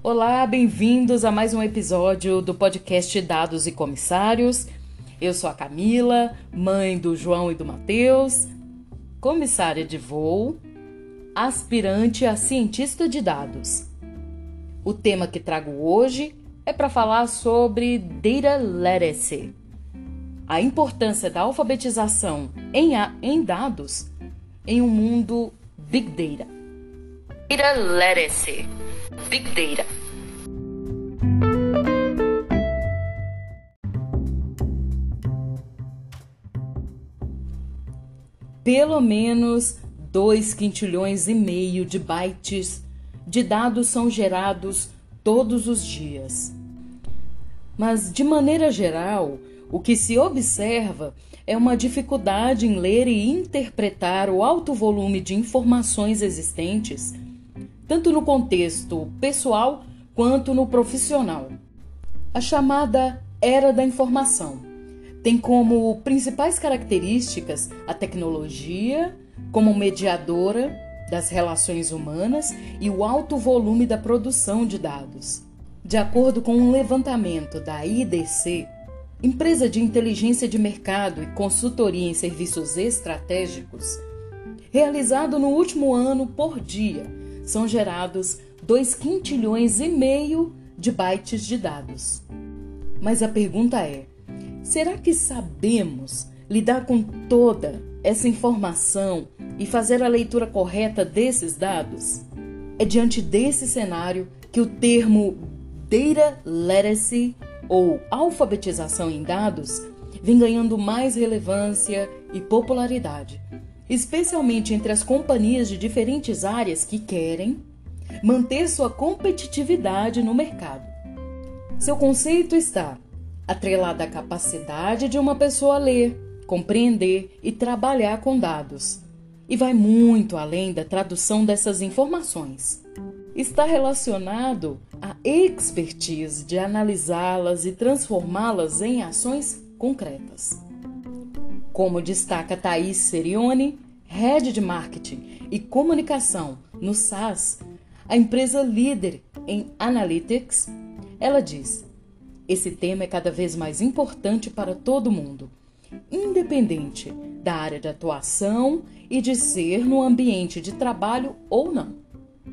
Olá, bem-vindos a mais um episódio do podcast Dados e Comissários. Eu sou a Camila, mãe do João e do Matheus, comissária de voo, aspirante a cientista de dados. O tema que trago hoje é para falar sobre Data Literacy, a importância da alfabetização em dados em um mundo Big Data. Data Literacy, Big Data. Pelo menos 2,5 quintilhões de bytes de dados são gerados todos os dias. Mas, de maneira geral, o que se observa é uma dificuldade em ler e interpretar o alto volume de informações existentes, tanto no contexto pessoal quanto no profissional. A chamada Era da Informação tem como principais características a tecnologia como mediadora das relações humanas e o alto volume da produção de dados. De acordo com um levantamento da IDC, empresa de inteligência de mercado e consultoria em serviços estratégicos, realizado no último ano por dia, são gerados 2,5 quintilhões de bytes de dados. Mas a pergunta é: será que sabemos lidar com toda essa informação e fazer a leitura correta desses dados? É diante desse cenário que o termo Data Literacy, ou alfabetização em dados, vem ganhando mais relevância e popularidade, especialmente entre as companhias de diferentes áreas que querem manter sua competitividade no mercado. Seu conceito está atrelado à capacidade de uma pessoa ler, compreender e trabalhar com dados, e vai muito além da tradução dessas informações. Está relacionado à expertise de analisá-las e transformá-las em ações concretas. Como destaca Thaís Serioni, Head de Marketing e Comunicação no SAS, a empresa líder em Analytics, ela diz: esse tema é cada vez mais importante para todo mundo, independente da área de atuação e de ser no ambiente de trabalho ou não.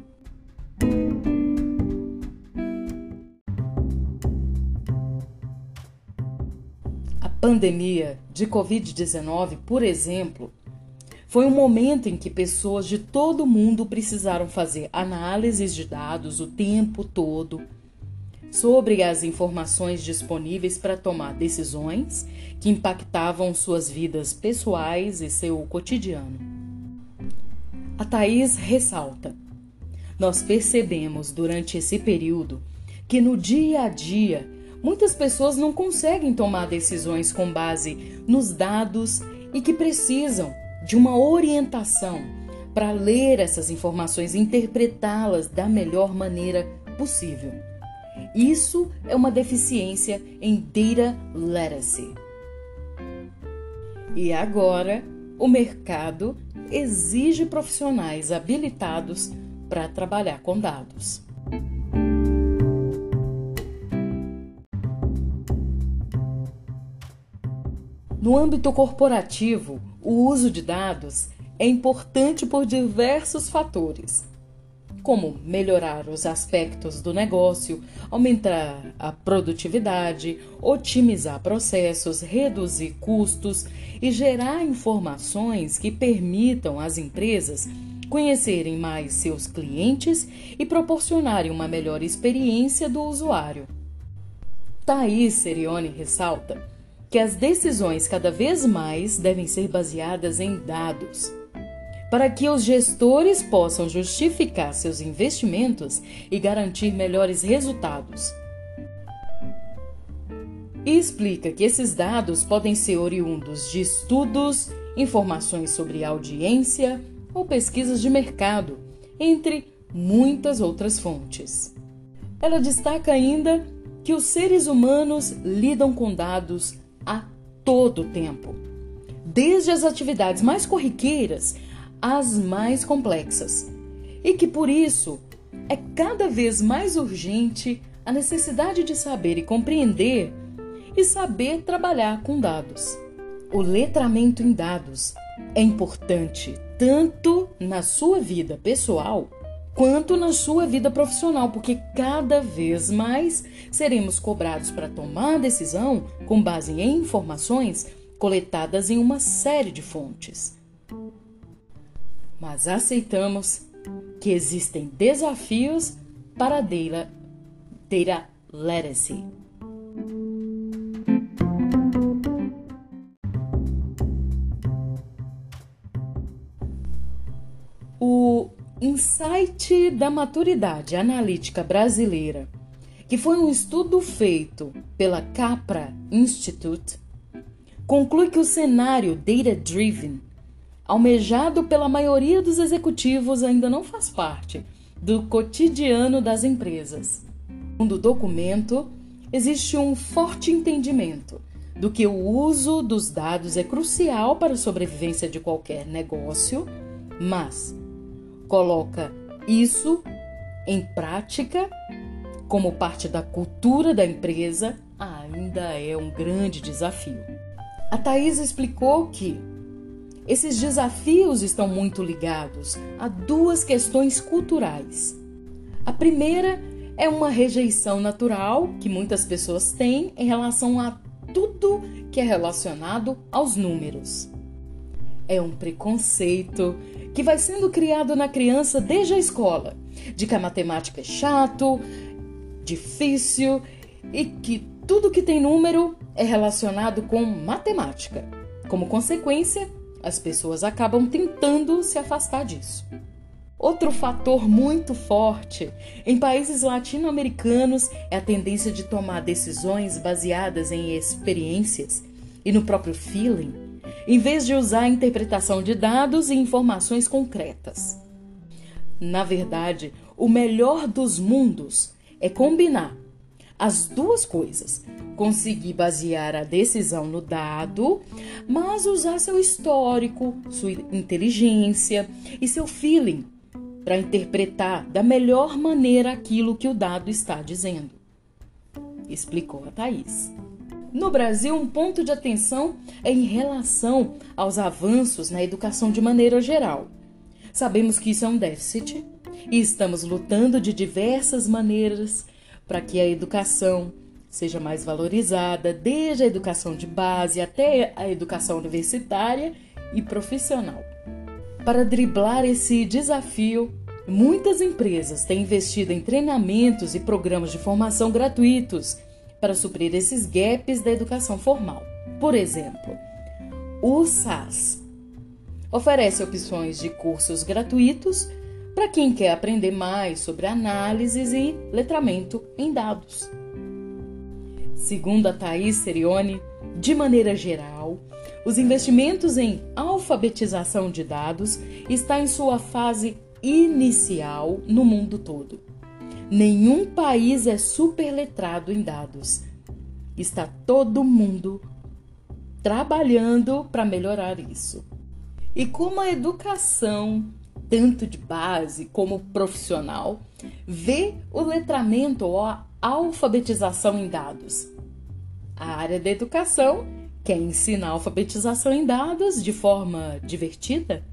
A pandemia de Covid-19, por exemplo, foi um momento em que pessoas de todo o mundo precisaram fazer análises de dados o tempo todo sobre as informações disponíveis para tomar decisões que impactavam suas vidas pessoais e seu cotidiano. A Thaís ressalta: nós percebemos durante esse período que no dia a dia muitas pessoas não conseguem tomar decisões com base nos dados e que precisam de uma orientação para ler essas informações e interpretá-las da melhor maneira possível. Isso é uma deficiência em Data Literacy. E agora, o mercado exige profissionais habilitados para trabalhar com dados. No âmbito corporativo, o uso de dados é importante por diversos fatores, como melhorar os aspectos do negócio, aumentar a produtividade, otimizar processos, reduzir custos e gerar informações que permitam às empresas conhecerem mais seus clientes e proporcionarem uma melhor experiência do usuário. Thaís Serioni ressalta que as decisões cada vez mais devem ser baseadas em dados, para que os gestores possam justificar seus investimentos e garantir melhores resultados. E explica que esses dados podem ser oriundos de estudos, informações sobre audiência ou pesquisas de mercado, entre muitas outras fontes. Ela destaca ainda que os seres humanos lidam com dados a todo tempo, desde as atividades mais corriqueiras às mais complexas, e que por isso é cada vez mais urgente a necessidade de saber e compreender e saber trabalhar com dados. O letramento em dados é importante tanto na sua vida pessoal quanto na sua vida profissional, porque cada vez mais seremos cobrados para tomar decisão com base em informações coletadas em uma série de fontes. Mas aceitamos que existem desafios para a data literacy. O Insight da Maturidade Analítica Brasileira, que foi um estudo feito pela Capra Institute, conclui que o cenário data-driven, almejado pela maioria dos executivos, ainda não faz parte do cotidiano das empresas. Segundo o documento, existe um forte entendimento do que o uso dos dados é crucial para a sobrevivência de qualquer negócio, mas coloca isso em prática como parte da cultura da empresa ainda é um grande desafio. A Thais explicou que esses desafios estão muito ligados a duas questões culturais. A primeira é uma rejeição natural que muitas pessoas têm em relação a tudo que é relacionado aos números. É um preconceito que vai sendo criado na criança desde a escola, de que a matemática é chato, difícil e que tudo que tem número é relacionado com matemática. Como consequência, as pessoas acabam tentando se afastar disso. Outro fator muito forte em países latino-americanos é a tendência de tomar decisões baseadas em experiências e no próprio feeling, em vez de usar a interpretação de dados e informações concretas. Na verdade, o melhor dos mundos é combinar as duas coisas, conseguir basear a decisão no dado, mas usar seu histórico, sua inteligência e seu feeling para interpretar da melhor maneira aquilo que o dado está dizendo, explicou a Thais. No Brasil, um ponto de atenção é em relação aos avanços na educação de maneira geral. Sabemos que isso é um déficit e estamos lutando de diversas maneiras para que a educação seja mais valorizada, desde a educação de base até a educação universitária e profissional. Para driblar esse desafio, muitas empresas têm investido em treinamentos e programas de formação gratuitos para suprir esses gaps da educação formal. Por exemplo, o SAS oferece opções de cursos gratuitos para quem quer aprender mais sobre análises e letramento em dados. Segundo a Thais Serioni, de maneira geral, os investimentos em alfabetização de dados estão em sua fase inicial no mundo todo. Nenhum país é superletrado em dados. Está todo mundo trabalhando para melhorar isso. E como a educação, tanto de base como profissional, vê o letramento ou a alfabetização em dados? A área da educação quer ensinar a alfabetização em dados de forma divertida?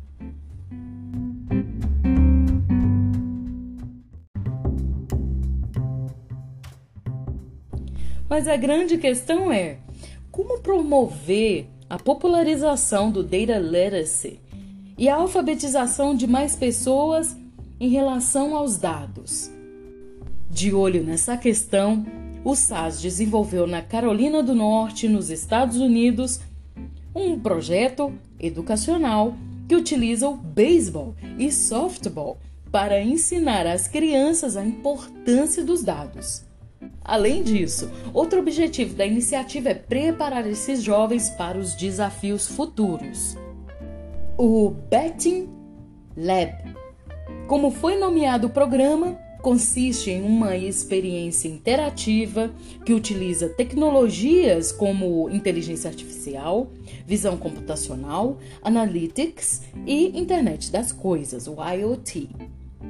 Mas a grande questão é como promover a popularização do data literacy e a alfabetização de mais pessoas em relação aos dados. De olho nessa questão, o SAS desenvolveu na Carolina do Norte, nos Estados Unidos, um projeto educacional que utiliza o beisebol e softball para ensinar às crianças a importância dos dados. Além disso, outro objetivo da iniciativa é preparar esses jovens para os desafios futuros. O Betting Lab, como foi nomeado o programa, consiste em uma experiência interativa que utiliza tecnologias como inteligência artificial, visão computacional, analytics e internet das coisas, o IoT,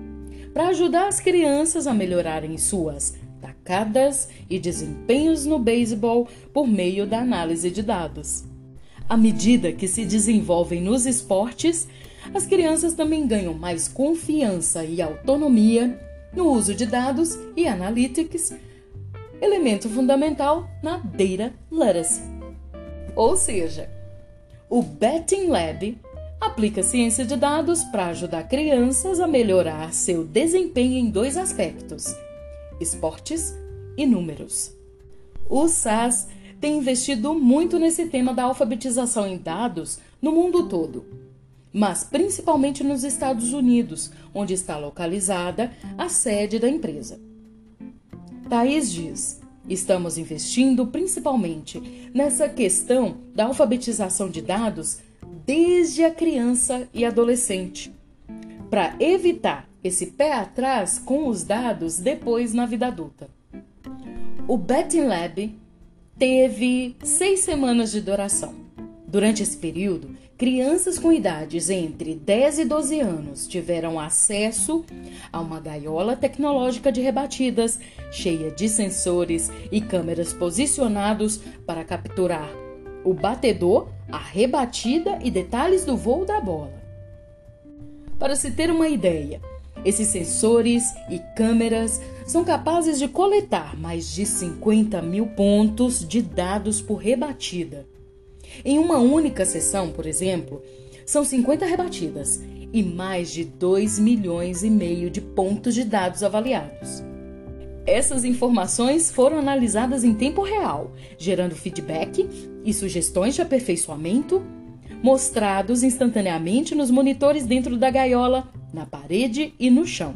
para ajudar as crianças a melhorarem suas tacadas e desempenhos no beisebol por meio da análise de dados. À medida que se desenvolvem nos esportes, as crianças também ganham mais confiança e autonomia no uso de dados e analytics, elemento fundamental na Data Literacy. Ou seja, o Betting Lab aplica ciência de dados para ajudar crianças a melhorar seu desempenho em 2 aspectos: esportes e números. O SAS tem investido muito nesse tema da alfabetização em dados no mundo todo, mas principalmente nos Estados Unidos, onde está localizada a sede da empresa. Thaís diz: estamos investindo principalmente nessa questão da alfabetização de dados desde a criança e adolescente, para evitar esse pé atrás com os dados depois na vida adulta. O Betting Lab teve 6 semanas de duração. Durante esse período, crianças com idades entre 10 e 12 anos tiveram acesso a uma gaiola tecnológica de rebatidas, cheia de sensores e câmeras posicionados para capturar o batedor, a rebatida e detalhes do voo da bola. Para se ter uma ideia, esses sensores e câmeras são capazes de coletar mais de 50 mil pontos de dados por rebatida. Em uma única sessão, por exemplo, são 50 rebatidas e mais de 2,5 milhões de pontos de dados avaliados. Essas informações foram analisadas em tempo real, gerando feedback e sugestões de aperfeiçoamento, mostrados instantaneamente nos monitores dentro da gaiola, na parede e no chão.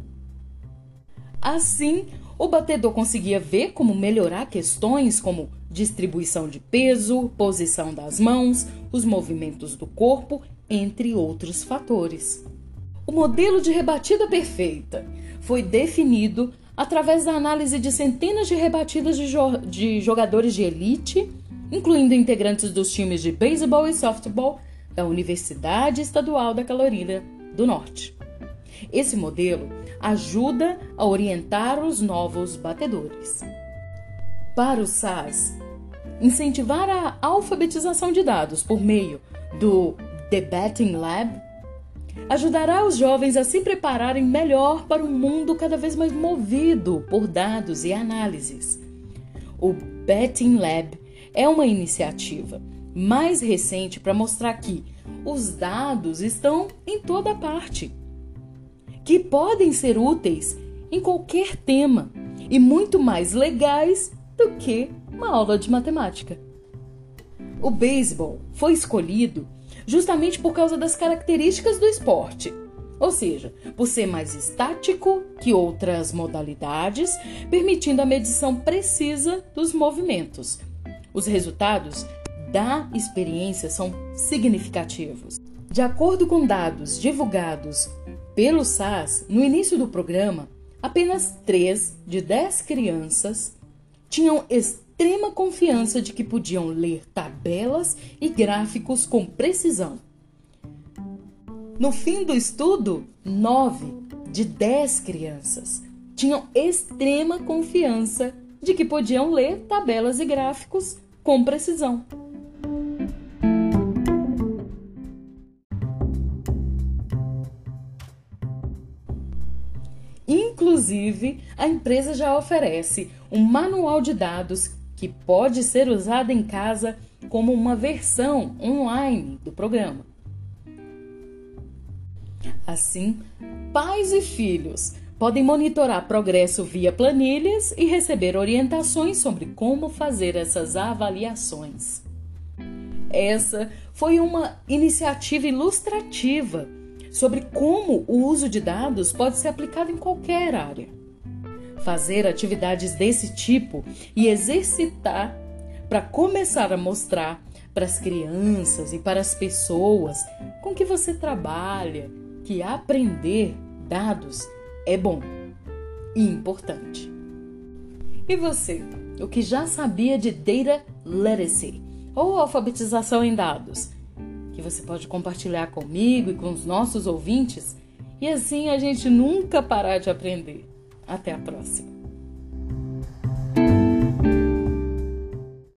Assim, o batedor conseguia ver como melhorar questões como distribuição de peso, posição das mãos, os movimentos do corpo, entre outros fatores. O modelo de rebatida perfeita foi definido através da análise de centenas de rebatidas de jogadores de elite, incluindo integrantes dos times de beisebol e softball da Universidade Estadual da Carolina do Norte. Esse modelo ajuda a orientar os novos batedores. Para o SAS, incentivar a alfabetização de dados por meio do The Betting Lab ajudará os jovens a se prepararem melhor para um mundo cada vez mais movido por dados e análises. O Betting Lab é uma iniciativa mais recente para mostrar que os dados estão em toda parte, que podem ser úteis em qualquer tema e muito mais legais do que uma aula de matemática. O beisebol foi escolhido justamente por causa das características do esporte, ou seja, por ser mais estático que outras modalidades, permitindo a medição precisa dos movimentos. Os resultados da experiência são significativos. De acordo com dados divulgados pelo SAS, no início do programa, apenas 3 de 10 crianças tinham extrema confiança de que podiam ler tabelas e gráficos com precisão. No fim do estudo, 9 de 10 crianças tinham extrema confiança de que podiam ler tabelas e gráficos com precisão. Inclusive, a empresa já oferece um manual de dados que pode ser usado em casa como uma versão online do programa. Assim, pais e filhos podem monitorar progresso via planilhas e receber orientações sobre como fazer essas avaliações. Essa foi uma iniciativa ilustrativa sobre como o uso de dados pode ser aplicado em qualquer área. Fazer atividades desse tipo e exercitar para começar a mostrar para as crianças e para as pessoas com que você trabalha que aprender dados é bom e importante. E você, o que já sabia de Data Literacy ou alfabetização em dados, que você pode compartilhar comigo e com os nossos ouvintes e assim a gente nunca parar de aprender. Até a próxima!